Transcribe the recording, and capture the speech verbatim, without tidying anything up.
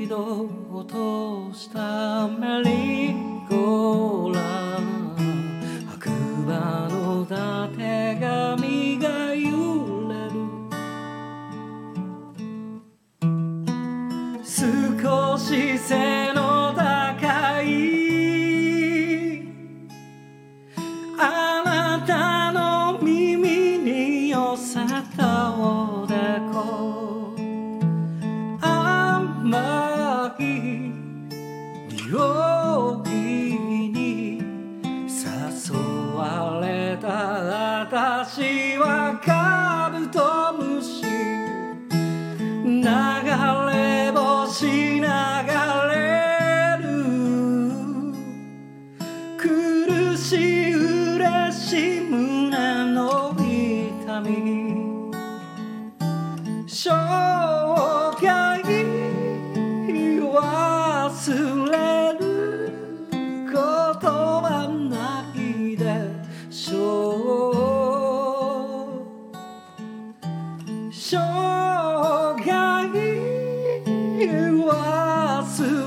一度落としたメリーゴーランド、白馬のたてがみが揺れる。少し背の高いあなたの耳に寄せたおでこ、甘い匂いに誘われた私はカブトムシ、流れ星流れる、苦しい嬉しい胸の痛み、生涯忘れることはないでしょう。生涯忘